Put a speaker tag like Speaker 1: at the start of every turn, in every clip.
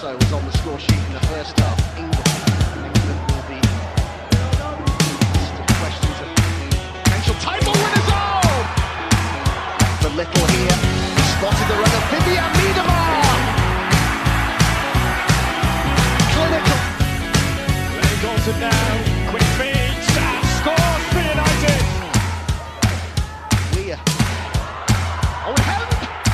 Speaker 1: also was on the score sheet in the first half. England will be questions of potential title winners. Oh! For Little here, spotted the run of Vivian Miedemar. Clinical.
Speaker 2: Lenny Dalton now, quick feed, scores for United.
Speaker 1: Weir. Oh, help!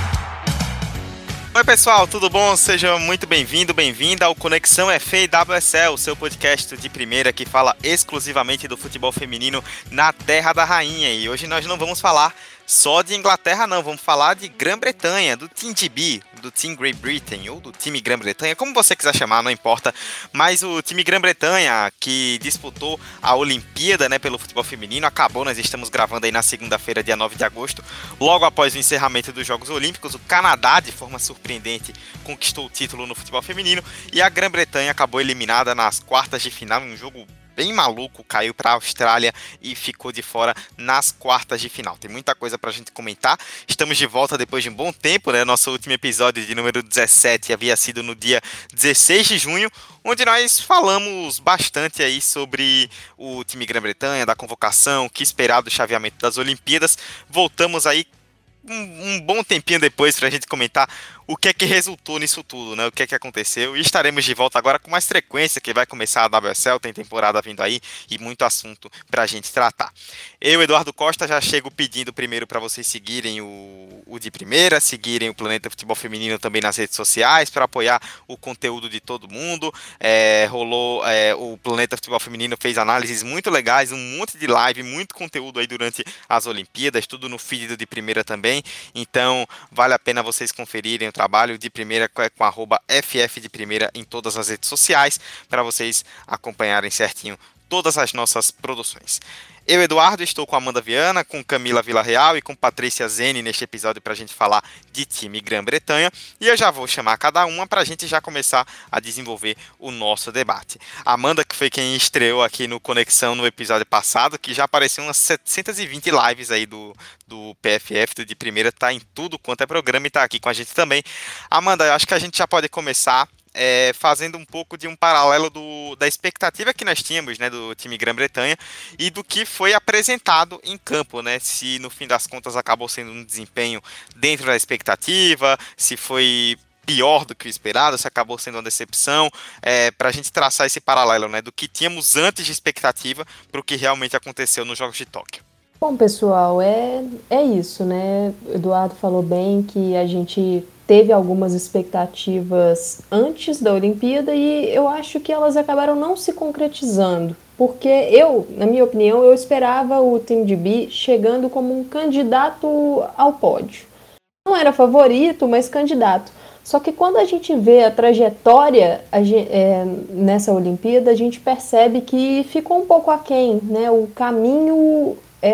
Speaker 3: Oi pessoal, tudo bom? Seja muito bem-vindo, bem-vinda ao Conexão FA e WSL, o seu podcast de primeira que fala exclusivamente do futebol feminino na Terra da Rainha. E hoje nós não vamos falar só de Inglaterra não, vamos falar de Grã-Bretanha, do Team GB, do Team Great Britain ou do time Grã-Bretanha, como você quiser chamar, não importa, mas o time Grã-Bretanha que disputou a Olimpíada, né, pelo futebol feminino, acabou, nós estamos gravando aí na segunda-feira, dia 9 de agosto, logo após o encerramento dos Jogos Olímpicos. O Canadá, de forma surpreendente, conquistou o título no futebol feminino e a Grã-Bretanha acabou eliminada nas quartas de final em um jogo bem maluco, caiu para a Austrália e ficou de fora nas quartas de final. Tem muita coisa para a gente comentar. Estamos de volta depois de um bom tempo, né? Nosso último episódio de número 17 havia sido no dia 16 de junho, onde nós falamos bastante aí sobre o time Grã-Bretanha, da convocação, o que esperar do chaveamento das Olimpíadas. Voltamos aí um bom tempinho depois para a gente comentar o que é que resultou nisso tudo, né? O que é que aconteceu, e estaremos de volta agora com mais frequência, que vai começar a WSL, tem temporada vindo aí e muito assunto para a gente tratar. Eu, Eduardo Costa, já chego pedindo primeiro para vocês seguirem o de primeira, seguirem o Planeta Futebol Feminino também nas redes sociais, para apoiar o conteúdo de todo mundo. O Planeta Futebol Feminino fez análises muito legais, um monte de live, muito conteúdo aí durante as Olimpíadas, tudo no feed do de primeira também, então vale a pena vocês conferirem o trabalho de primeira com @FF de primeira em todas as redes sociais, para vocês acompanharem certinho todas as nossas produções. Eu, Eduardo, estou com Amanda Viana, com Camila Villarreal e com Patrícia Zeni neste episódio para a gente falar de time Grã-Bretanha, e eu já vou chamar cada uma para a gente já começar a desenvolver o nosso debate. A Amanda, que foi quem estreou aqui no Conexão no episódio passado, que já apareceu umas 720 lives aí do PFF, do de primeira, tá em tudo quanto é programa e tá aqui com a gente também. Amanda, eu acho que a gente já pode começar fazendo um pouco de um paralelo da expectativa que nós tínhamos, né, do time Grã-Bretanha e do que foi apresentado em campo, né, se no fim das contas acabou sendo um desempenho dentro da expectativa, se foi pior do que o esperado, se acabou sendo uma decepção, para a gente traçar esse paralelo, né, do que tínhamos antes de expectativa para o que realmente aconteceu nos Jogos de Tóquio.
Speaker 4: Bom, pessoal, é isso, né? O Eduardo falou bem que a gente teve algumas expectativas antes da Olimpíada e eu acho que elas acabaram não se concretizando, porque na minha opinião, eu esperava o Team GB chegando como um candidato ao pódio. Não era favorito, mas candidato. Só que quando a gente vê a trajetória nessa Olimpíada, a gente percebe que ficou um pouco aquém, né? O caminho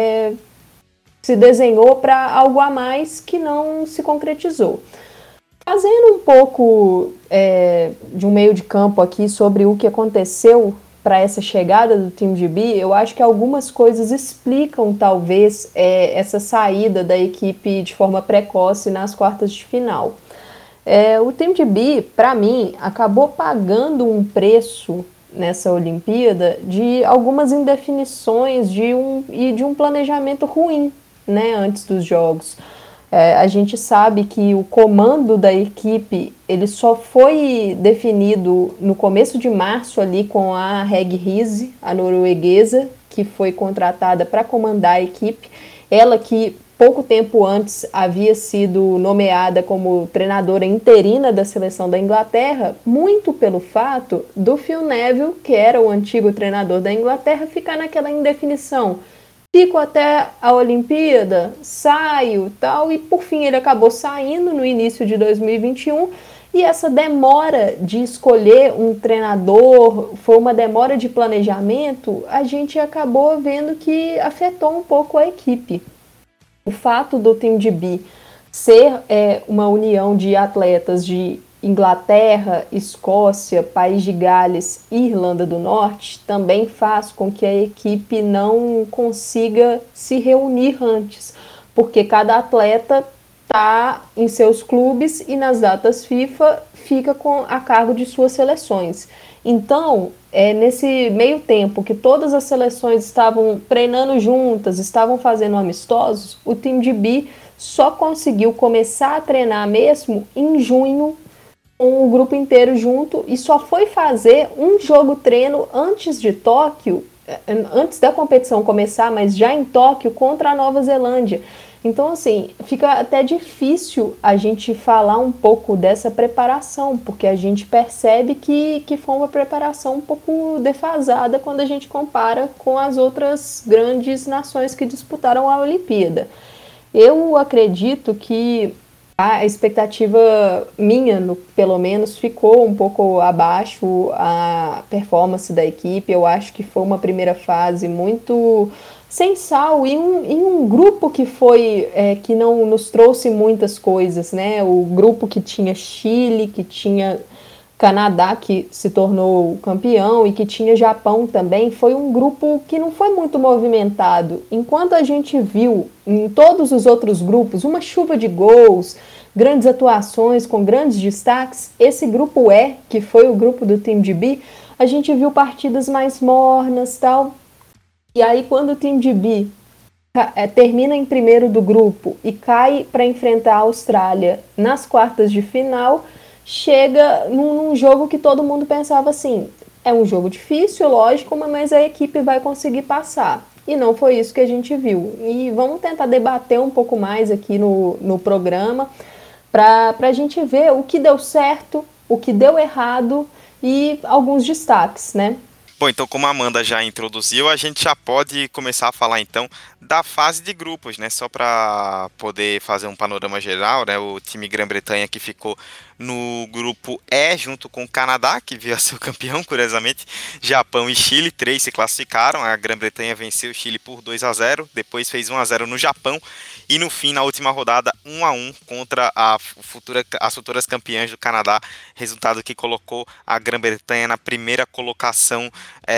Speaker 4: se desenhou para algo a mais que não se concretizou. Fazendo um pouco de um meio de campo aqui sobre o que aconteceu para essa chegada do Team GB, eu acho que algumas coisas explicam, talvez, essa saída da equipe de forma precoce nas quartas de final. O Team GB, para mim, acabou pagando um preço nessa Olimpíada de algumas indefinições e de um planejamento ruim, né, antes dos Jogos. A gente sabe que o comando da equipe ele só foi definido no começo de março ali com a Hege Riise, a norueguesa, que foi contratada para comandar a equipe. Ela que pouco tempo antes havia sido nomeada como treinadora interina da seleção da Inglaterra, muito pelo fato do Phil Neville, que era o antigo treinador da Inglaterra, ficar naquela indefinição. Fico até a Olimpíada, saio, tal, e por fim ele acabou saindo no início de 2021, e essa demora de escolher um treinador, foi uma demora de planejamento, a gente acabou vendo que afetou um pouco a equipe. O fato do Team GB ser uma união de atletas de Inglaterra, Escócia, País de Gales e Irlanda do Norte também faz com que a equipe não consiga se reunir antes, porque cada atleta está em seus clubes e nas datas FIFA fica a cargo de suas seleções. Então, nesse meio tempo que todas as seleções estavam treinando juntas, estavam fazendo amistosos, o time de B só conseguiu começar a treinar mesmo em junho, com o grupo inteiro junto, e só foi fazer um jogo-treino antes de Tóquio, antes da competição começar, mas já em Tóquio, contra a Nova Zelândia. Então, assim, fica até difícil a gente falar um pouco dessa preparação, porque a gente percebe que foi uma preparação um pouco defasada quando a gente compara com as outras grandes nações que disputaram a Olimpíada. Eu acredito que a expectativa minha, pelo menos, ficou um pouco abaixo a performance da equipe. Eu acho que foi uma primeira fase muito sem sal, em um grupo que foi que não nos trouxe muitas coisas, né? O grupo que tinha Chile, que tinha Canadá, que se tornou campeão, e que tinha Japão também, foi um grupo que não foi muito movimentado. Enquanto a gente viu em todos os outros grupos uma chuva de gols, grandes atuações com grandes destaques, esse grupo E, que foi o grupo do time de B, a gente viu partidas mais mornas, tal. E aí, quando o time de B termina em primeiro do grupo e cai para enfrentar a Austrália nas quartas de final, chega num jogo que todo mundo pensava assim, é um jogo difícil, lógico, mas a equipe vai conseguir passar. E não foi isso que a gente viu. E vamos tentar debater um pouco mais aqui no programa, para a gente ver o que deu certo, o que deu errado e alguns destaques, né?
Speaker 3: Bom, então como a Amanda já introduziu, a gente já pode começar a falar então da fase de grupos, né? Só para poder fazer um panorama geral, né? O time Grã-Bretanha que ficou no grupo E, junto com o Canadá, que veio a ser o campeão, curiosamente. Japão e Chile, 3 se classificaram. A Grã-Bretanha venceu o Chile por 2-0, depois fez 1-0 no Japão. E no fim, na última rodada, 1-1 contra as futuras campeãs do Canadá. Resultado que colocou a Grã-Bretanha na primeira colocação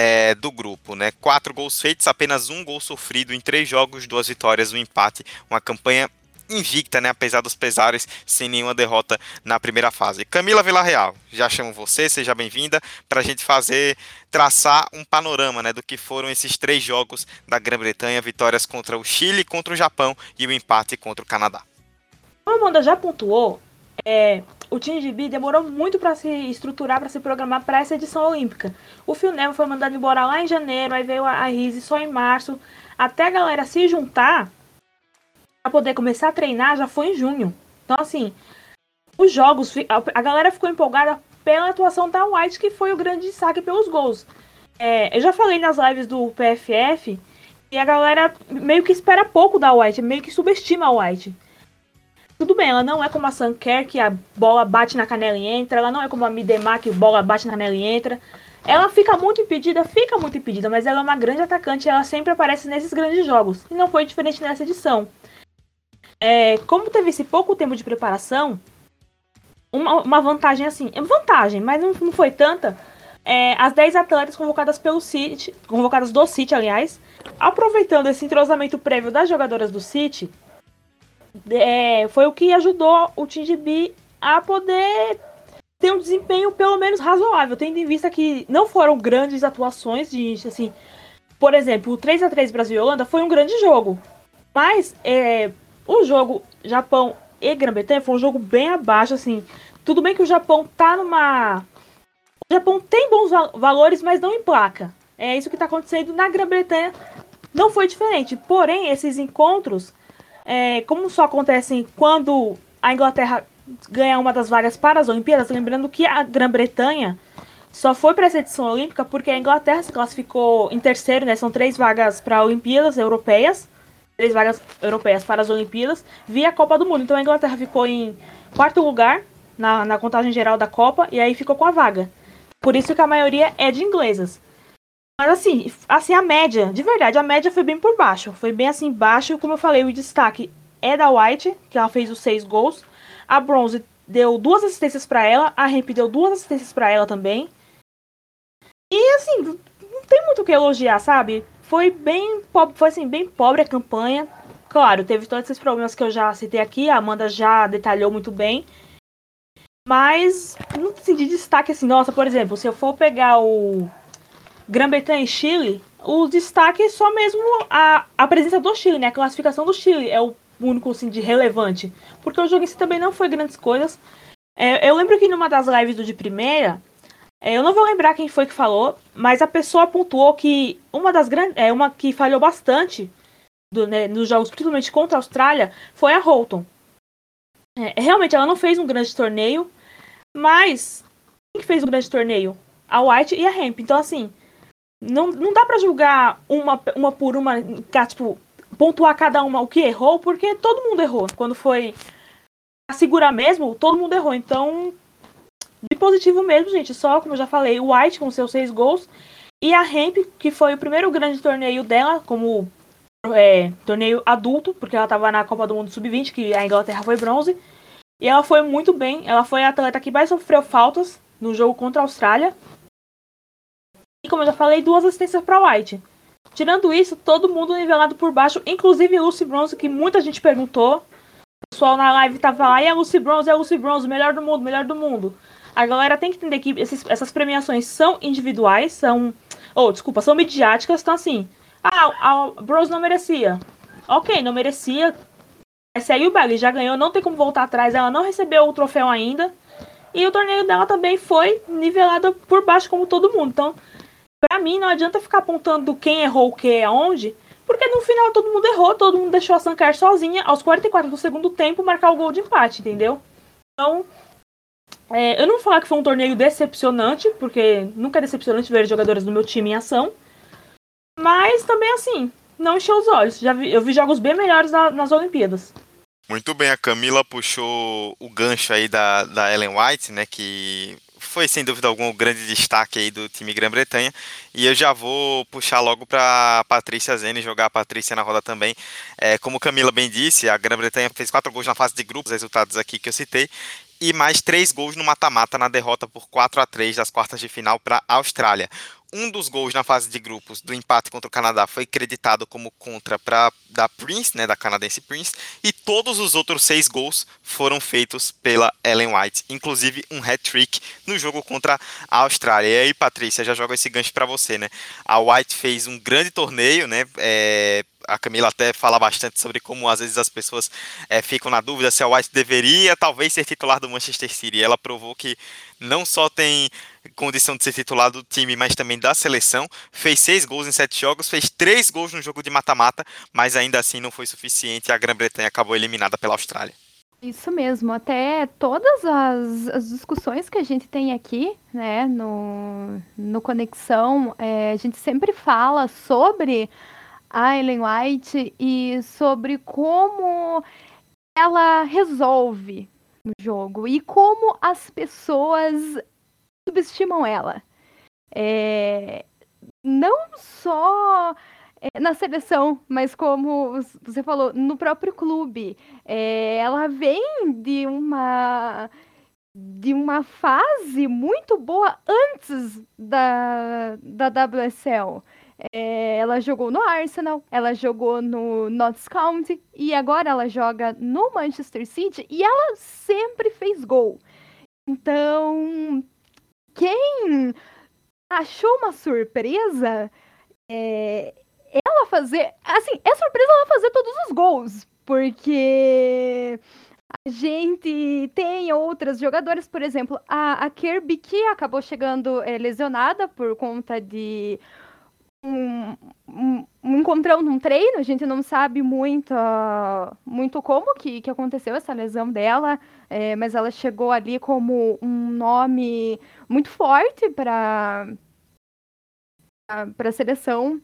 Speaker 3: do grupo, né? 4 gols feitos, apenas 1 gol sofrido em 3 jogos, 2 vitórias, 1 empate. Uma campanha invicta, né? Apesar dos pesares, sem nenhuma derrota na primeira fase. Camila Villarreal, já chamo você, seja bem-vinda, para a gente traçar um panorama, né, do que foram esses 3 jogos da Grã-Bretanha, vitórias contra o Chile, contra o Japão e o empate contra o Canadá.
Speaker 5: Como a Amanda já pontuou, o time de B demorou muito para se estruturar, para se programar para essa edição olímpica. O Phil Neville foi mandado embora lá em janeiro, aí veio a Rise só em março. Até a galera se juntar para poder começar a treinar já foi em junho. Então, assim, os jogos, a galera ficou empolgada pela atuação da White, que foi o grande destaque pelos gols. Eu já falei nas lives do PFF e a galera meio que espera pouco da White, meio que subestima a White. Tudo bem, ela não é como a Sam Kerr, que a bola bate na canela e entra. Ela não é como a Midemar, que a bola bate na canela e entra. Ela fica muito impedida, mas ela é uma grande atacante e ela sempre aparece nesses grandes jogos. E não foi diferente nessa edição. Como teve esse pouco tempo de preparação, uma vantagem assim, mas não foi tanta. As 10 atletas convocadas do City, aliás, aproveitando esse entrosamento prévio das jogadoras do City, foi o que ajudou o time de B a poder ter um desempenho pelo menos razoável, tendo em vista que não foram grandes atuações assim, por exemplo, o 3-3 Brasil e Holanda foi um grande jogo, mas o jogo Japão e Grã-Bretanha foi um jogo bem abaixo, assim. Tudo bem que o Japão o Japão tem bons valores, mas não emplaca. É isso que está acontecendo na Grã-Bretanha. Não foi diferente. Porém, esses encontros, como só acontecem quando a Inglaterra ganha uma das vagas para as Olimpíadas, lembrando que a Grã-Bretanha só foi para essa edição olímpica porque a Inglaterra se classificou em terceiro, né? São 3 vagas para Olimpíadas Europeias. 3 vagas europeias para as Olimpíadas via Copa do Mundo. Então a Inglaterra ficou em 4º lugar na contagem geral da Copa e aí ficou com a vaga. Por isso que a maioria é de inglesas. Mas assim a média, de verdade, a média foi bem por baixo. Foi bem assim baixo, como eu falei, o destaque é da White, que ela fez os 6 gols. A Bronze deu 2 assistências para ela, a Hemp deu 2 assistências para ela também. E assim, não tem muito o que elogiar, sabe? Foi bem pobre a campanha. claro, teve todos esses problemas que eu já citei aqui, a Amanda já detalhou muito bem. Mas não de destaque assim, nossa, por exemplo, se eu for pegar o Grã-Bretanha e Chile, o destaque é só mesmo a presença do Chile, né? A classificação do Chile é o único assim, de relevante. Porque o jogo em si também não foi grandes coisas. Eu lembro que numa das lives do de primeira, eu não vou lembrar quem foi que falou, mas a pessoa pontuou que uma que falhou bastante nos jogos, principalmente contra a Austrália, foi a Houghton. Realmente, ela não fez um grande torneio, mas quem que fez um grande torneio? A White e a Hemp. Então, assim, não dá pra julgar uma por uma, tipo, pontuar cada uma o que errou, porque todo mundo errou. Quando foi a segurar mesmo, todo mundo errou. Então, de positivo mesmo, gente, só, como eu já falei, o White com seus 6 gols e a Hemp, que foi o primeiro grande torneio dela, como torneio adulto, porque ela estava na Copa do Mundo Sub-20, que a Inglaterra foi bronze, e ela foi muito bem. Ela foi a atleta que mais sofreu faltas no jogo contra a Austrália. E como eu já falei, 2 assistências para White. Tirando isso, todo mundo nivelado por baixo, inclusive Lucy Bronze, que muita gente perguntou. O pessoal na live tava lá, e a Lucy Bronze, melhor do mundo. A galera tem que entender que essas premiações são individuais, são midiáticas, então assim, a Bronze não merecia. Ok, não merecia. Segue o baile, já ganhou, não tem como voltar atrás, ela não recebeu o troféu ainda. E o torneio dela também foi nivelado por baixo, como todo mundo. Então, pra mim, não adianta ficar apontando quem errou o que aonde, porque no final todo mundo errou, todo mundo deixou a Sancar sozinha, aos 44 do segundo tempo, marcar o gol de empate, entendeu? Então, eu não vou falar que foi um torneio decepcionante, porque nunca é decepcionante ver jogadores do meu time em ação, mas também, assim, não encheu os olhos. Eu vi jogos bem melhores nas Olimpíadas.
Speaker 3: Muito bem, a Camila puxou o gancho aí da Ellen White, né, que foi sem dúvida alguma o grande destaque aí do time Grã-Bretanha, e eu já vou puxar logo para Patrícia Zene, jogar a Patrícia na roda também. Como Camila bem disse, a Grã-Bretanha fez 4 gols na fase de grupos, resultados aqui que eu citei, e mais 3 gols no mata-mata na derrota por 4-3 das quartas de final para a Austrália. Um dos gols na fase de grupos do empate contra o Canadá foi creditado como contra da Prince, né, da canadense Prince, e todos os outros 6 gols foram feitos pela Ellen White, inclusive um hat-trick no jogo contra a Austrália. E aí, Patrícia, já jogo esse gancho para você, né? A White fez um grande torneio, né? A Camila até fala bastante sobre como às vezes as pessoas ficam na dúvida se a White deveria talvez ser titular do Manchester City. Ela provou que não só tem condição de ser titular do time, mas também da seleção. Fez 6 gols em 7 jogos, fez 3 gols no jogo de mata-mata, mas ainda assim não foi suficiente e a Grã-Bretanha acabou eliminada pela Austrália.
Speaker 6: Isso mesmo, até todas as discussões que a gente tem aqui, né, no Conexão, a gente sempre fala sobre a Ellen White e sobre como ela resolve o jogo e como as pessoas subestimam ela. Não só na seleção, mas como você falou, no próprio clube. Ela vem de uma fase muito boa antes da WSL. Ela jogou no Arsenal, ela jogou no Notts County e agora ela joga no Manchester City e ela sempre fez gol. Então, quem achou uma surpresa ela fazer... Assim, é surpresa ela fazer todos os gols, porque a gente tem outras jogadoras, por exemplo, a Kirby, que acabou chegando lesionada por conta de um encontrão num treino, a gente não sabe muito como que aconteceu essa lesão dela, mas ela chegou ali como um nome muito forte para a seleção.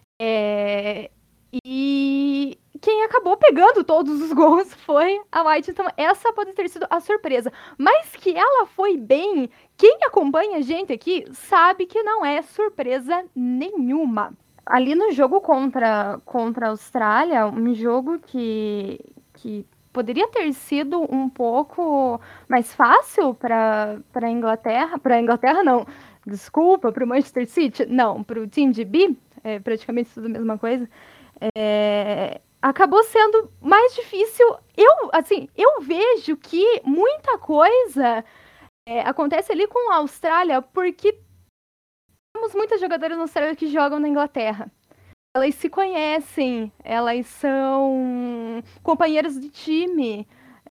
Speaker 6: E quem acabou pegando todos os gols foi a White, então essa pode ter sido a surpresa. Mas que ela foi bem, quem acompanha a gente aqui sabe que não é surpresa nenhuma. Ali no jogo contra a Austrália, um jogo que poderia ter sido um pouco mais fácil para a Inglaterra. Para a Inglaterra, não. Desculpa, para o Manchester City. Não, para o Team GB, praticamente tudo a mesma coisa. acabou sendo mais difícil. Eu vejo que muita coisa acontece ali com a Austrália, porque temos muitas jogadoras na Austrália que jogam na Inglaterra. Elas se conhecem, elas são companheiras de time.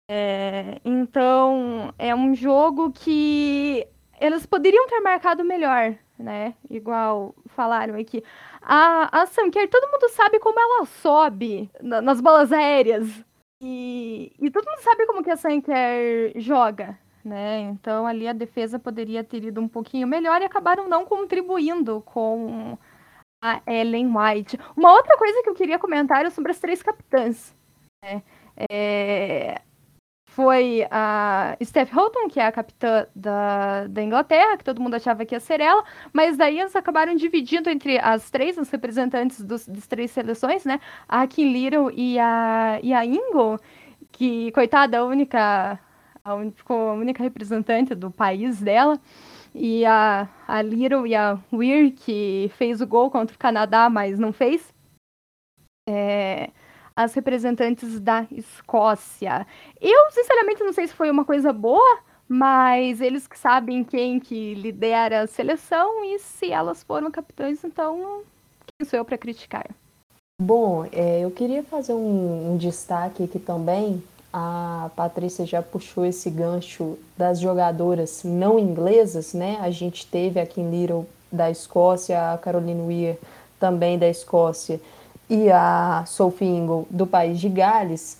Speaker 6: Então, é um jogo que elas poderiam ter marcado melhor, né? Igual falaram aqui. A Sam Kerr, todo mundo sabe como ela sobe nas bolas aéreas. E todo mundo sabe como que a Sam Kerr joga, né? Então, ali a defesa poderia ter ido um pouquinho melhor e acabaram não contribuindo com a Ellen White. Uma outra coisa que eu queria comentar é sobre as 3 capitãs, né? Foi a Steph Houghton, que é a capitã da Inglaterra, que todo mundo achava que ia ser ela, mas daí eles acabaram dividindo entre as 3, os representantes das 3 seleções, né? A Kim Little e a Ingle, que, coitada, ficou a única representante do país dela, e a Little e a Weir, que fez o gol contra o Canadá, mas não fez. As representantes da Escócia. Eu, sinceramente, não sei se foi uma coisa boa, mas eles que sabem quem que lidera a seleção e se elas foram capitãs, então quem sou eu para criticar?
Speaker 4: Bom, eu queria fazer um destaque aqui também. A Patrícia já puxou esse gancho das jogadoras não inglesas, né? A gente teve a Kim Little da Escócia, a Caroline Weir também da Escócia, e a Sophie Ingle do país de Gales.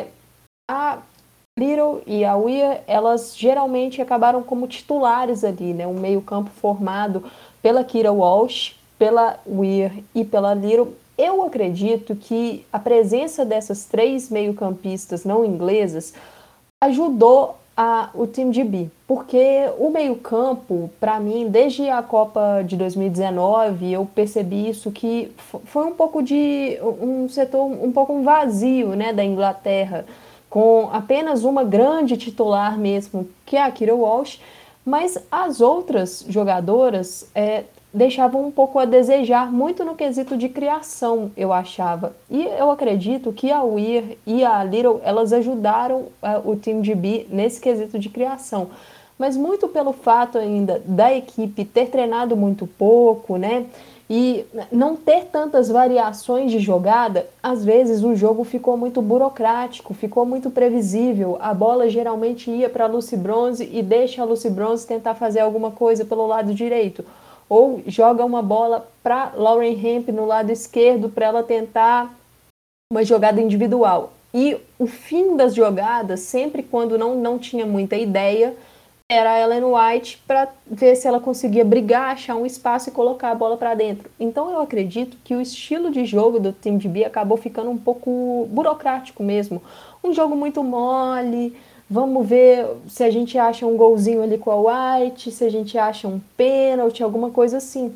Speaker 4: A Little e a Weir, elas geralmente acabaram como titulares ali, né? Um meio-campo formado pela Keira Walsh, pela Weir e pela Little. Eu acredito que a presença dessas 3 meio-campistas não inglesas ajudou o time de B, porque o meio-campo, para mim, desde a Copa de 2019, eu percebi isso, que foi um pouco de um setor um pouco vazio, né, da Inglaterra, com apenas uma grande titular mesmo, que é a Keira Walsh, mas as outras jogadoras deixavam um pouco a desejar, muito no quesito de criação, eu achava. E eu acredito que a Weir e a Little, elas ajudaram o time de B nesse quesito de criação. Mas muito pelo fato ainda da equipe ter treinado muito pouco, né? E não ter tantas variações de jogada, às vezes o jogo ficou muito burocrático, ficou muito previsível. A bola geralmente ia para a Lucy Bronze e deixa a Lucy Bronze tentar fazer alguma coisa pelo lado direito. Ou joga uma bola para Lauren Hemp no lado esquerdo para ela tentar uma jogada individual. E o fim das jogadas, sempre quando não tinha muita ideia, era a Ellen White para ver se ela conseguia brigar, achar um espaço e colocar a bola para dentro. Então eu acredito que o estilo de jogo do time de B acabou ficando um pouco burocrático mesmo. Um jogo muito mole. Vamos ver se a gente acha um golzinho ali com a White, se a gente acha um pênalti, alguma coisa assim.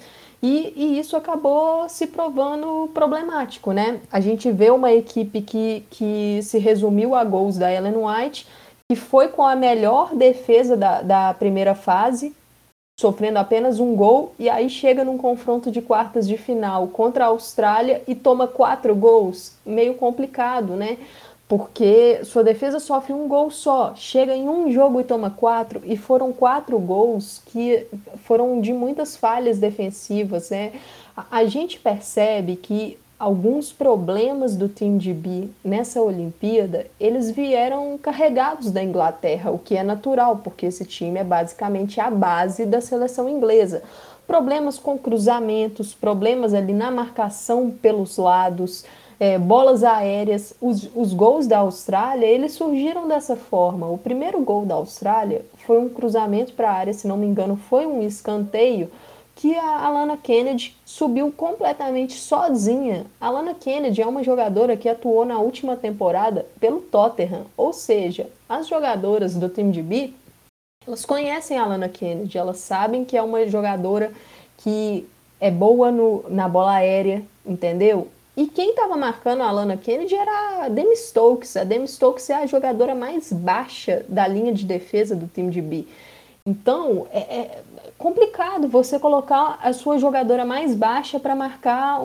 Speaker 4: E isso acabou se provando problemático, né? A gente vê uma equipe que se resumiu a gols da Ellen White, que foi com a melhor defesa da primeira fase, sofrendo apenas um gol, e aí chega num confronto de quartas de final contra a Austrália e toma 4 gols. Meio complicado, né? Porque sua defesa sofre um gol só, chega em um jogo e toma 4, e foram 4 gols que foram de muitas falhas defensivas, né? A gente percebe que alguns problemas do time de B nessa Olimpíada, eles vieram carregados da Inglaterra, o que é natural, porque esse time é basicamente a base da seleção inglesa. Problemas com cruzamentos, problemas ali na marcação pelos lados, bolas aéreas. Os gols da Austrália, eles surgiram dessa forma. O primeiro gol da Austrália foi um cruzamento para a área, se não me engano, foi um escanteio que a Alana Kennedy subiu completamente sozinha. A Alana Kennedy é uma jogadora que atuou na última temporada pelo Tottenham, ou seja, as jogadoras do time de B, elas conhecem a Alana Kennedy, elas sabem que é uma jogadora que é boa na bola aérea, entendeu? E quem estava marcando a Alana Kennedy era a Demi Stokes. A Demi Stokes é a jogadora mais baixa da linha de defesa do time de B. Então, é complicado complicado você colocar a sua jogadora mais baixa para marcar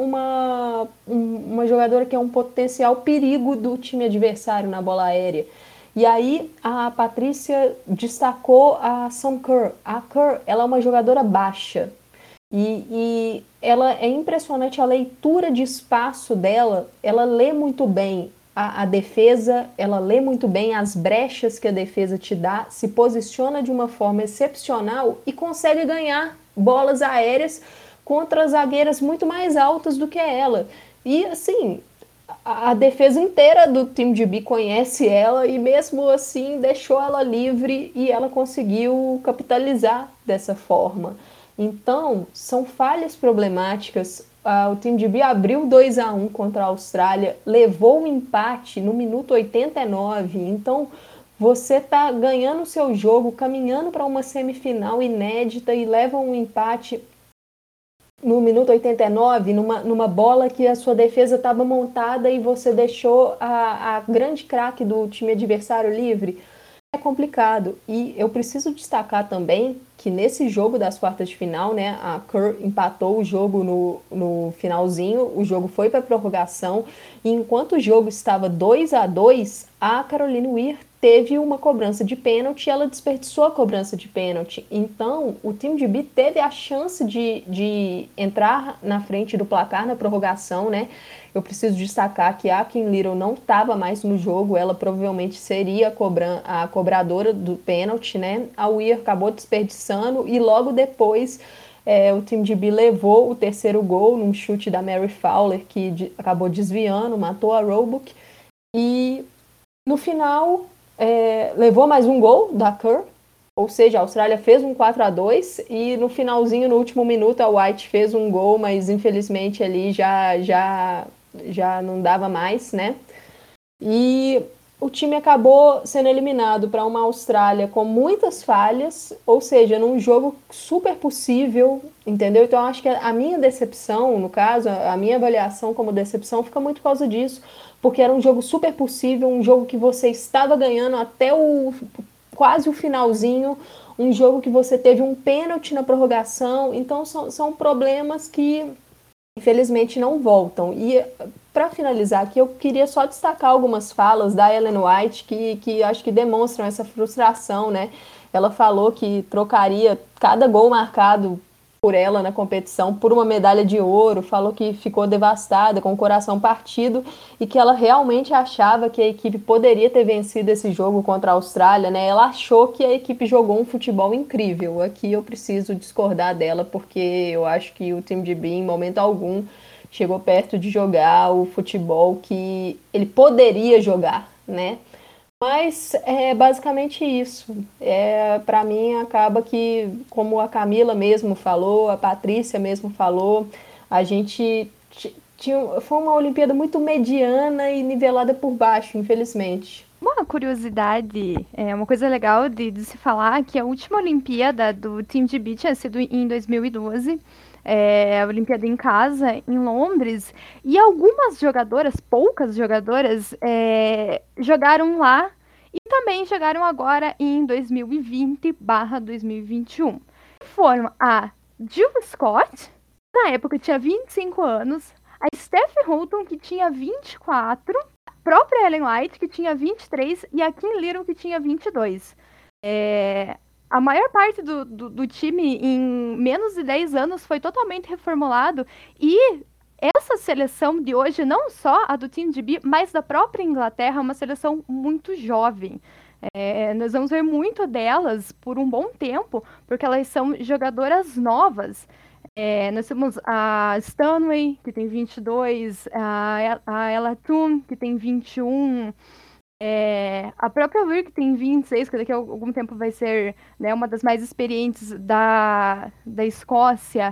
Speaker 4: uma jogadora que é um potencial perigo do time adversário na bola aérea. E aí a Patrícia destacou a Sam Kerr. A Kerr, ela é uma jogadora baixa. E ela é impressionante a leitura de espaço dela. Ela lê muito bem a defesa, ela lê muito bem as brechas que a defesa te dá, se posiciona de uma forma excepcional e consegue ganhar bolas aéreas contra zagueiras muito mais altas do que ela. E assim, a defesa inteira do time de B conhece ela e mesmo assim deixou ela livre e ela conseguiu capitalizar dessa forma. Então, são falhas problemáticas. O time de B abriu 2-1 contra a Austrália, levou o empate no minuto 89. Então, você está ganhando o seu jogo, caminhando para uma semifinal inédita e leva um empate no minuto 89, numa bola que a sua defesa estava montada e você deixou a grande craque do time adversário livre. É complicado. E eu preciso destacar também que nesse jogo das quartas de final, né, a Kerr empatou o jogo no finalzinho, o jogo foi para prorrogação, e enquanto o jogo estava 2-2, a Caroline Weir teve uma cobrança de pênalti e ela desperdiçou a cobrança de pênalti. Então, o time de B teve a chance de entrar na frente do placar na prorrogação, né? Eu preciso destacar que a Kim Little não estava mais no jogo, ela provavelmente seria a cobradora do pênalti, né? A Weir acabou desperdiçando e logo depois o time de B levou o terceiro gol num chute da Mary Fowler, que acabou desviando, matou a Roebuck. E no final levou mais um gol da Kerr, ou seja, a Austrália fez um 4-2 e no finalzinho, no último minuto, a White fez um gol, mas infelizmente ali já não dava mais, né? E o time acabou sendo eliminado para uma Austrália com muitas falhas, ou seja, num jogo super possível, entendeu? Então, eu acho que a minha decepção, no caso, a minha avaliação como decepção fica muito por causa disso, porque era um jogo super possível, um jogo que você estava ganhando até quase o finalzinho, um jogo que você teve um pênalti na prorrogação, então são problemas que infelizmente não voltam. E para finalizar aqui, eu queria só destacar algumas falas da Ellen White que acho que demonstram essa frustração, né? Ela falou que trocaria cada gol marcado por ela na competição por uma medalha de ouro, falou que ficou devastada, com o coração partido e que ela realmente achava que a equipe poderia ter vencido esse jogo contra a Austrália, né? Ela achou que a equipe jogou um futebol incrível. Aqui eu preciso discordar dela porque eu acho que o time de B, em momento algum, chegou perto de jogar o futebol que ele poderia jogar, né? Mas é basicamente isso. Para mim, acaba que, como a Camila mesmo falou, a Patrícia mesmo falou, a gente foi uma Olimpíada muito mediana e nivelada por baixo, infelizmente.
Speaker 6: Uma curiosidade, uma coisa legal de se falar, que a última Olimpíada do Team de B tinha sido em 2012, a Olimpíada em casa, em Londres, e algumas jogadoras, poucas jogadoras, jogaram lá e também jogaram agora em 2020/2021. Foram a Jill Scott, na época tinha 25 anos, a Steph Houghton, que tinha 24, a própria Ellen White, que tinha 23, e a Kim Little, que tinha 22. A maior parte do time, em menos de 10 anos, foi totalmente reformulado. E essa seleção de hoje, não só a do Team de B, mas da própria Inglaterra, é uma seleção muito jovem. Nós vamos ver muito delas por um bom tempo, porque elas são jogadoras novas. Nós temos a Stanway, que tem 22, a Ella Toone, que tem 21... a própria Weir, que tem 26, que daqui a algum tempo vai ser, né, uma das mais experientes da Escócia.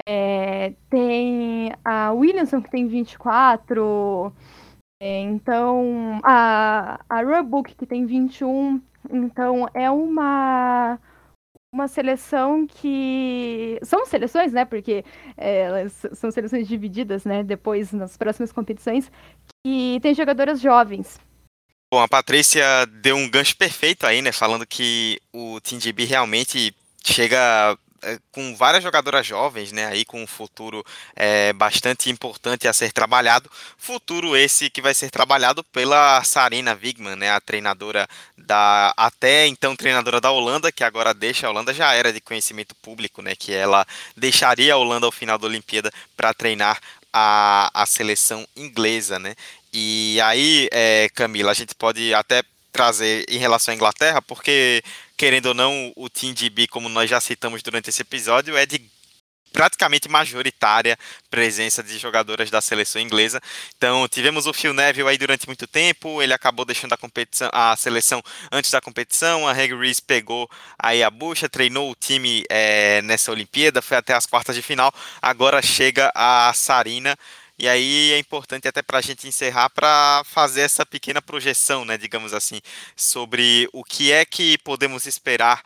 Speaker 6: Tem a Williamson, que tem 24. Então, a Roebuck, que tem 21. Então, é uma seleção que... São seleções, né? Porque elas são seleções divididas, né? Depois, nas próximas competições. E tem jogadoras jovens.
Speaker 3: Bom, a Patrícia deu um gancho perfeito aí, né? Falando que o Team GB realmente chega com várias jogadoras jovens, né, aí com um futuro bastante importante a ser trabalhado, futuro esse que vai ser trabalhado pela Sarina Wiegman, né, a treinadora até então treinadora da Holanda, que agora deixa a Holanda, já era de conhecimento público, né, que ela deixaria a Holanda ao final da Olimpíada para treinar a seleção inglesa, né. E aí, Camila, a gente pode até trazer em relação à Inglaterra, porque, querendo ou não, o Team GB, como nós já citamos durante esse episódio, é de praticamente majoritária presença de jogadoras da seleção inglesa. Então, tivemos o Phil Neville aí durante muito tempo, ele acabou deixando a seleção antes da competição, a Hague Reese pegou aí a bucha, treinou o time nessa Olimpíada, foi até as quartas de final, agora chega a Sarina. E aí é importante até para a gente encerrar, para fazer essa pequena projeção, né, digamos assim, sobre o que é que podemos esperar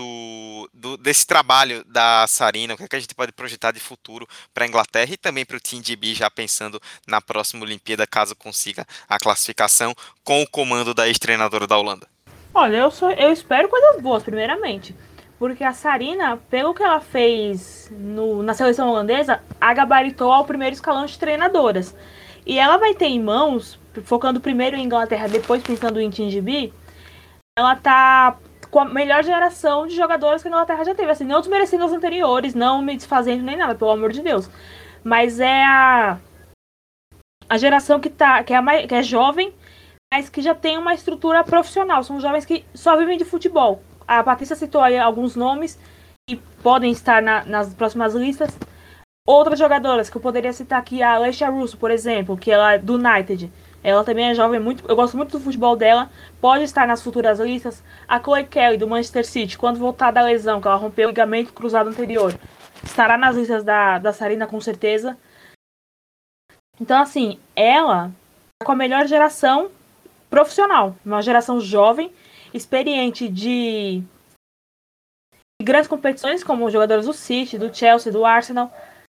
Speaker 3: desse trabalho da Sarina, o que é que a gente pode projetar de futuro para a Inglaterra e também para o Team GB, já pensando na próxima Olimpíada, caso consiga a classificação com o comando da ex-treinadora da Holanda.
Speaker 5: Olha, eu espero coisas boas, primeiramente. Porque a Sarina, pelo que ela fez na seleção holandesa, a gabaritou ao primeiro escalão de treinadoras. E ela vai ter em mãos, focando primeiro em Inglaterra, depois pensando em Team GB, ela tá com a melhor geração de jogadoras que a Inglaterra já teve. Assim, não desmerecendo as anteriores, não me desfazendo nem nada, pelo amor de Deus. Mas é a geração que é jovem, mas que já tem uma estrutura profissional. São jovens que só vivem de futebol. A Patrícia citou aí alguns nomes que podem estar nas próximas listas. Outras jogadoras que eu poderia citar aqui, a Alessia Russo, por exemplo, que ela é do United. Ela também é jovem, eu gosto muito do futebol dela, pode estar nas futuras listas. A Chloe Kelly, do Manchester City, quando voltar da lesão, que ela rompeu o ligamento cruzado anterior, estará nas listas da Sarina com certeza. Então, assim, ela tá com a melhor geração profissional, uma geração jovem, experiente de grandes competições, como jogadores do City, do Chelsea, do Arsenal.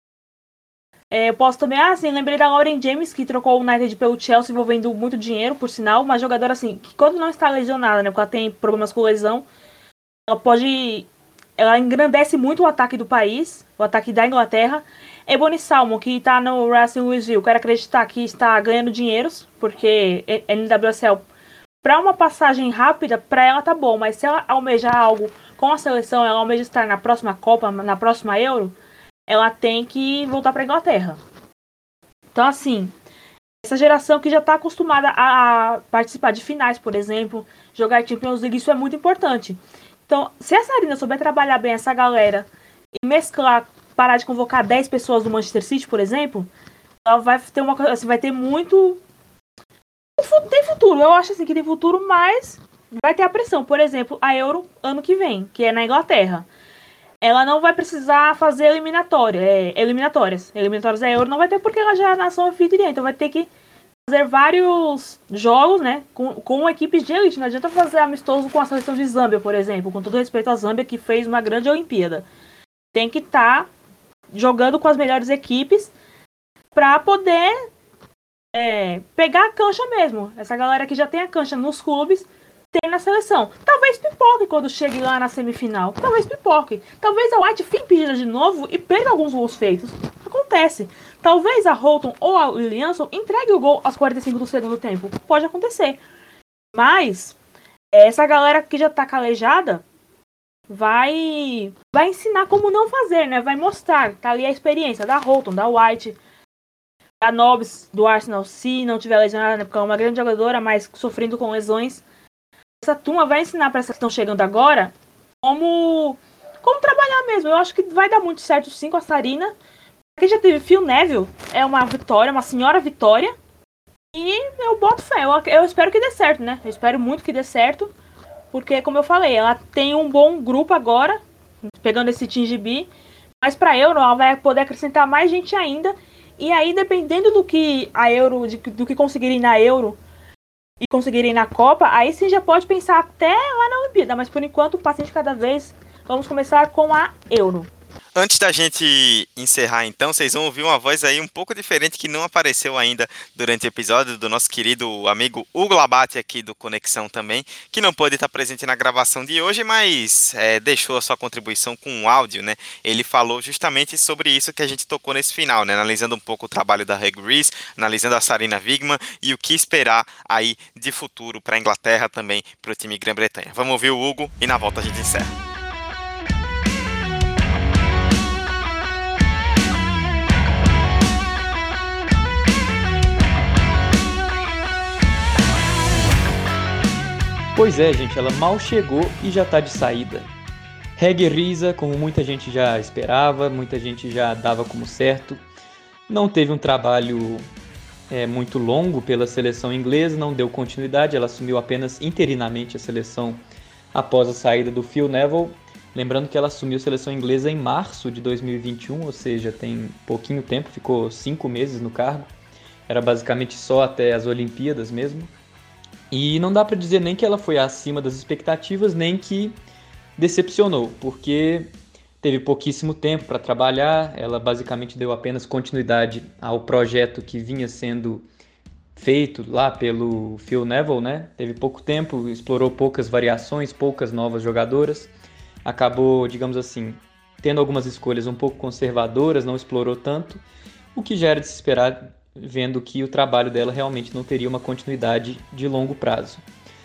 Speaker 5: Eu posso também, lembrei da Lauren James, que trocou o United pelo Chelsea, envolvendo muito dinheiro, por sinal. Uma jogadora, assim, que quando não está lesionada, né, porque ela tem problemas com lesão, ela engrandece muito o ataque do país, o ataque da Inglaterra. Ebony Salmon, que está no Racing Louisville, quero acreditar que está ganhando dinheiros, porque NWSL, para uma passagem rápida, para ela tá bom, mas se ela almejar algo com a seleção, ela almeja estar na próxima Copa, na próxima Euro, ela tem que voltar para a Inglaterra. Então, assim, essa geração que já está acostumada a participar de finais, por exemplo, jogar Champions League, isso é muito importante. Então, se a Sarina souber trabalhar bem essa galera e mesclar, parar de convocar 10 pessoas do Manchester City, por exemplo, ela vai ter muito... Tem futuro, eu acho assim que tem futuro, mas vai ter a pressão. Por exemplo, a Euro ano que vem, que é na Inglaterra. Ela não vai precisar fazer eliminatórias. Eliminatórias da Euro não vai ter, porque ela já é a nação anfitriã. Então vai ter que fazer vários jogos, né, com equipes de elite. Não adianta fazer amistoso com a seleção de Zâmbia, por exemplo. Com todo respeito à Zâmbia, que fez uma grande Olimpíada. Tem que estar jogando com as melhores equipes para poder pegar a cancha mesmo. Essa galera que já tem a cancha nos clubes, tem na seleção. Talvez pipoque quando chegue lá na semifinal. Talvez pipoque. Talvez a White fique impedida de novo e perca alguns gols feitos. Acontece. Talvez a Houghton ou a Williamson entregue o gol aos 45 do segundo tempo. Pode acontecer. Mas essa galera que já tá calejada vai ensinar como não fazer, né? Vai mostrar. Tá ali a experiência da Houghton, da White, da Nobbs, do Arsenal, se não tiver lesionada, né? Porque é uma grande jogadora, mas sofrendo com lesões. Essa turma vai ensinar para essas que estão chegando agora como trabalhar mesmo. Eu acho que vai dar muito certo sim com a Sarina. Aqui já teve Phil Neville, é uma vitória, uma senhora vitória. E eu boto fé, eu espero que dê certo, né? Eu espero muito que dê certo. Porque, como eu falei, ela tem um bom grupo agora, pegando esse Team GB. Mas para a Euro, ela vai poder acrescentar mais gente ainda. E aí, dependendo do que a Euro, do que conseguirem na Euro e conseguirem na Copa, aí sim já pode pensar até lá na Olimpíada. Mas por enquanto, um passinho de cada vez. Vamos começar com a Euro.
Speaker 3: Antes da gente encerrar, então, vocês vão ouvir uma voz aí um pouco diferente que não apareceu ainda durante o episódio do nosso querido amigo Hugo Labate aqui do Conexão também, que não pôde estar presente na gravação de hoje, mas deixou a sua contribuição com um áudio, né? Ele falou justamente sobre isso que a gente tocou nesse final, né? Analisando um pouco o trabalho da Reg Rees, analisando a Sarina Wiegman e o que esperar aí de futuro para a Inglaterra também, para o time Grã-Bretanha. Vamos ouvir o Hugo e na volta a gente encerra.
Speaker 7: Pois é, gente, ela mal chegou e já tá de saída. Hege Riisa, como muita gente já esperava, muita gente já dava como certo, não teve um trabalho muito longo pela seleção inglesa, não deu continuidade, ela assumiu apenas interinamente a seleção após a saída do Phil Neville. Lembrando que ela assumiu a seleção inglesa em março de 2021, ou seja, tem pouquinho tempo, ficou 5 meses no cargo. Era basicamente só até as Olimpíadas mesmo. E não dá para dizer nem que ela foi acima das expectativas, nem que decepcionou, porque teve pouquíssimo tempo para trabalhar, ela basicamente deu apenas continuidade ao projeto que vinha sendo feito lá pelo Phil Neville, né? Teve pouco tempo, explorou poucas variações, poucas novas jogadoras, acabou, digamos assim, tendo algumas escolhas um pouco conservadoras, não explorou tanto, o que já era de se esperar, vendo que o trabalho dela realmente não teria uma continuidade de longo prazo.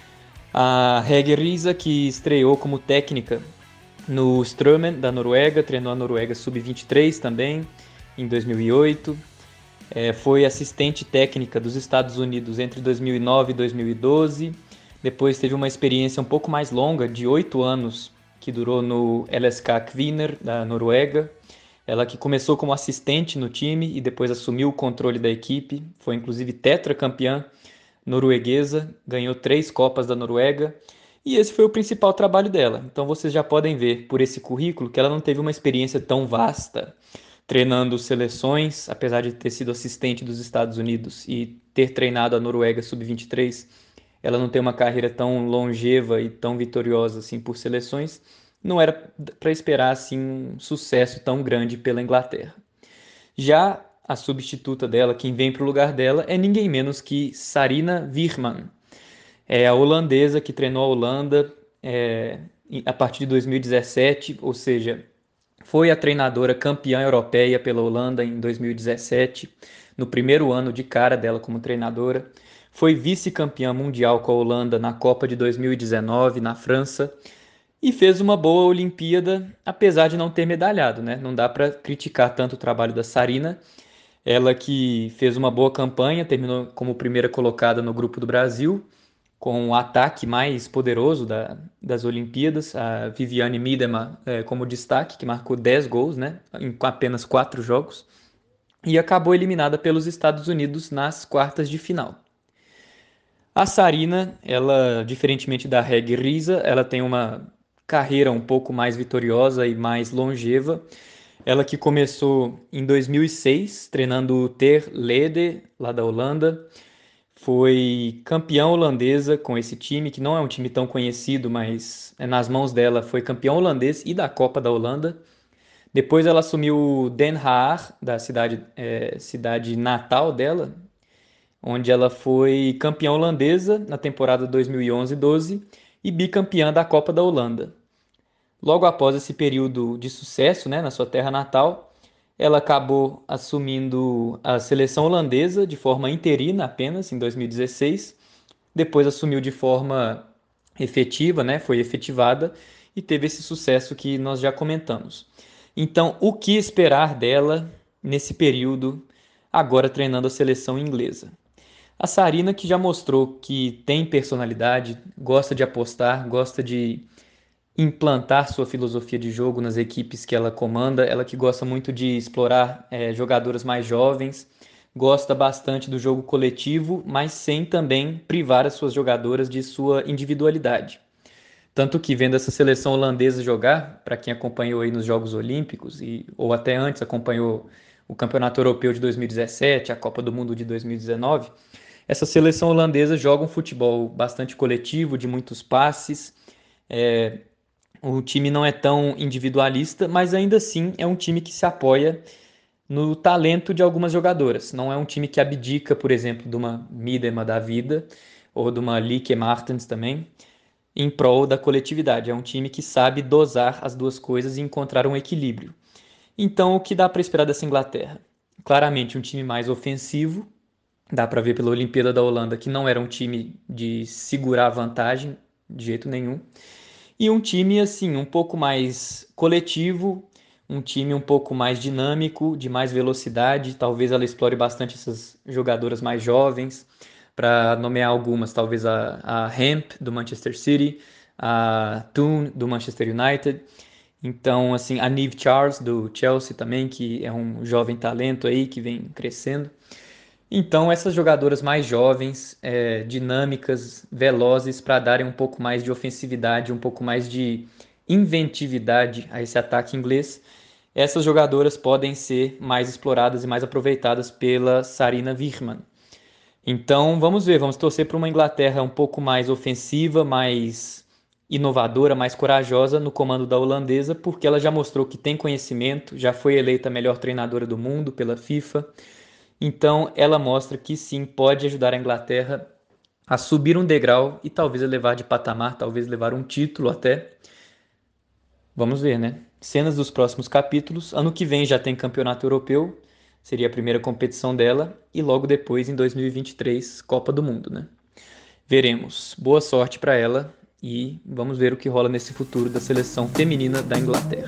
Speaker 7: A Hege Riisa, que estreou como técnica no Strømmen da Noruega, treinou a Noruega Sub-23 também, em 2008. Foi assistente técnica dos Estados Unidos entre 2009 e 2012. Depois teve uma experiência um pouco mais longa, de 8 anos, que durou no LSK Kvinner da Noruega. Ela que começou como assistente no time e depois assumiu o controle da equipe, foi inclusive tetracampeã norueguesa, ganhou 3 Copas da Noruega e esse foi o principal trabalho dela. Então vocês já podem ver por esse currículo que ela não teve uma experiência tão vasta treinando seleções, apesar de ter sido assistente dos Estados Unidos e ter treinado a Noruega Sub-23, ela não tem uma carreira tão longeva e tão vitoriosa assim por seleções. Não era para esperar assim um sucesso tão grande pela Inglaterra. Já a substituta dela, quem vem para o lugar dela, é ninguém menos que Sarina Wiegman. É a holandesa que treinou a Holanda a partir de 2017, ou seja, foi a treinadora campeã europeia pela Holanda em 2017, no primeiro ano de cara dela como treinadora. Foi vice-campeã mundial com a Holanda na Copa de 2019 na França. E fez uma boa Olimpíada, apesar de não ter medalhado, né? Não dá para criticar tanto o trabalho da Sarina. Ela que fez uma boa campanha, terminou como primeira colocada no grupo do Brasil, com o ataque mais poderoso das Olimpíadas, a Viviane Miedema como destaque, que marcou 10 gols, né? Em apenas 4 jogos, e acabou eliminada pelos Estados Unidos nas quartas de final. A Sarina, ela, diferentemente da Hege Riisa, ela tem uma carreira um pouco mais vitoriosa e mais longeva. Ela que começou em 2006, treinando o Ter Lede, lá da Holanda. Foi campeã holandesa com esse time, que não é um time tão conhecido, mas nas mãos dela foi campeão holandês e da Copa da Holanda. Depois ela assumiu o Den Haag, da cidade natal dela, onde ela foi campeã holandesa na temporada 2011-12 e bicampeã da Copa da Holanda. Logo após esse período de sucesso, né, na sua terra natal, ela acabou assumindo a seleção holandesa de forma interina apenas em 2016. Depois assumiu de forma efetiva, né, foi efetivada e teve esse sucesso que nós já comentamos. Então, o que esperar dela nesse período, agora treinando a seleção inglesa? A Sarina, que já mostrou que tem personalidade, gosta de apostar, gosta de implantar sua filosofia de jogo nas equipes que ela comanda, ela que gosta muito de explorar jogadoras mais jovens, gosta bastante do jogo coletivo, mas sem também privar as suas jogadoras de sua individualidade. Tanto que vendo essa seleção holandesa jogar, para quem acompanhou aí nos Jogos Olímpicos, ou até antes acompanhou o Campeonato Europeu de 2017, a Copa do Mundo de 2019, essa seleção holandesa joga um futebol bastante coletivo, de muitos passes, O time não é tão individualista, mas ainda assim é um time que se apoia no talento de algumas jogadoras. Não é um time que abdica, por exemplo, de uma Miedema da vida ou de uma Lieke Martens também, em prol da coletividade. É um time que sabe dosar as duas coisas e encontrar um equilíbrio. Então, o que dá para esperar dessa Inglaterra? Claramente um time mais ofensivo. Dá para ver pela Olimpíada da Holanda que não era um time de segurar vantagem de jeito nenhum. E um time assim, um pouco mais coletivo, um time um pouco mais dinâmico, de mais velocidade. Talvez ela explore bastante essas jogadoras mais jovens. Para nomear algumas, talvez a Hemp, do Manchester City, a Toon, do Manchester United. Então, assim, a Niamh Charles, do Chelsea também, que é um jovem talento aí, que vem crescendo. Então, essas jogadoras mais jovens, dinâmicas, velozes, para darem um pouco mais de ofensividade, um pouco mais de inventividade a esse ataque inglês, essas jogadoras podem ser mais exploradas e mais aproveitadas pela Sarina Wiegman. Então, vamos ver, vamos torcer para uma Inglaterra um pouco mais ofensiva, mais inovadora, mais corajosa no comando da holandesa, porque ela já mostrou que tem conhecimento, já foi eleita a melhor treinadora do mundo pela FIFA. Então, ela mostra que sim, pode ajudar a Inglaterra a subir um degrau e talvez elevar de patamar, talvez levar um título até. Vamos ver, né? Cenas dos próximos capítulos. Ano que vem já tem campeonato europeu, seria a primeira competição dela, e logo depois, em 2023, Copa do Mundo, né? Veremos. Boa sorte para ela e vamos ver o que rola nesse futuro da seleção feminina da Inglaterra.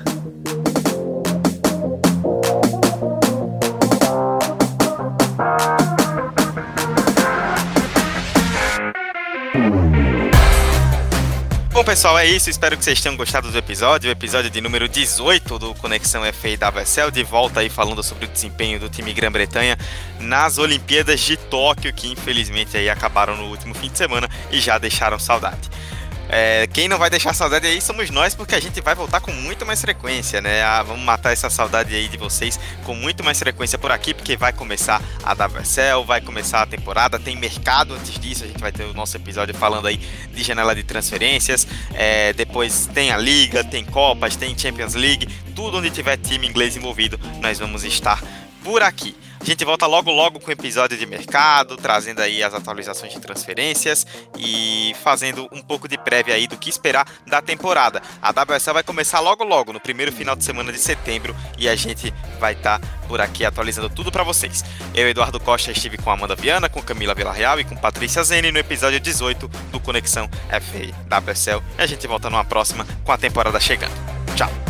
Speaker 3: Bom, pessoal, é isso. Espero que vocês tenham gostado do episódio. O episódio de número 18 do Conexão FA e WSL. De volta aí falando sobre o desempenho do time Grã-Bretanha nas Olimpíadas de Tóquio, que infelizmente aí acabaram no último fim de semana e já deixaram saudade. Quem não vai deixar saudade aí somos nós, porque a gente vai voltar com muito mais frequência, né? Vamos matar essa saudade aí de vocês com muito mais frequência por aqui, porque vai começar a WSL, vai começar a temporada, tem mercado antes disso, a gente vai ter o nosso episódio falando aí de janela de transferências, depois tem a Liga, tem Copas, tem Champions League, tudo onde tiver time inglês envolvido, nós vamos estar por aqui. A gente volta logo com o episódio de mercado, trazendo aí as atualizações de transferências e fazendo um pouco de prévia aí do que esperar da temporada. A WSL vai começar logo no primeiro final de semana de setembro e a gente vai estar por aqui atualizando tudo para vocês. Eu, Eduardo Costa, estive com Amanda Viana, com Camila Villarreal e com Patrícia Zeni no episódio 18 do Conexão FA WSL. E a gente volta numa próxima com a temporada chegando. Tchau!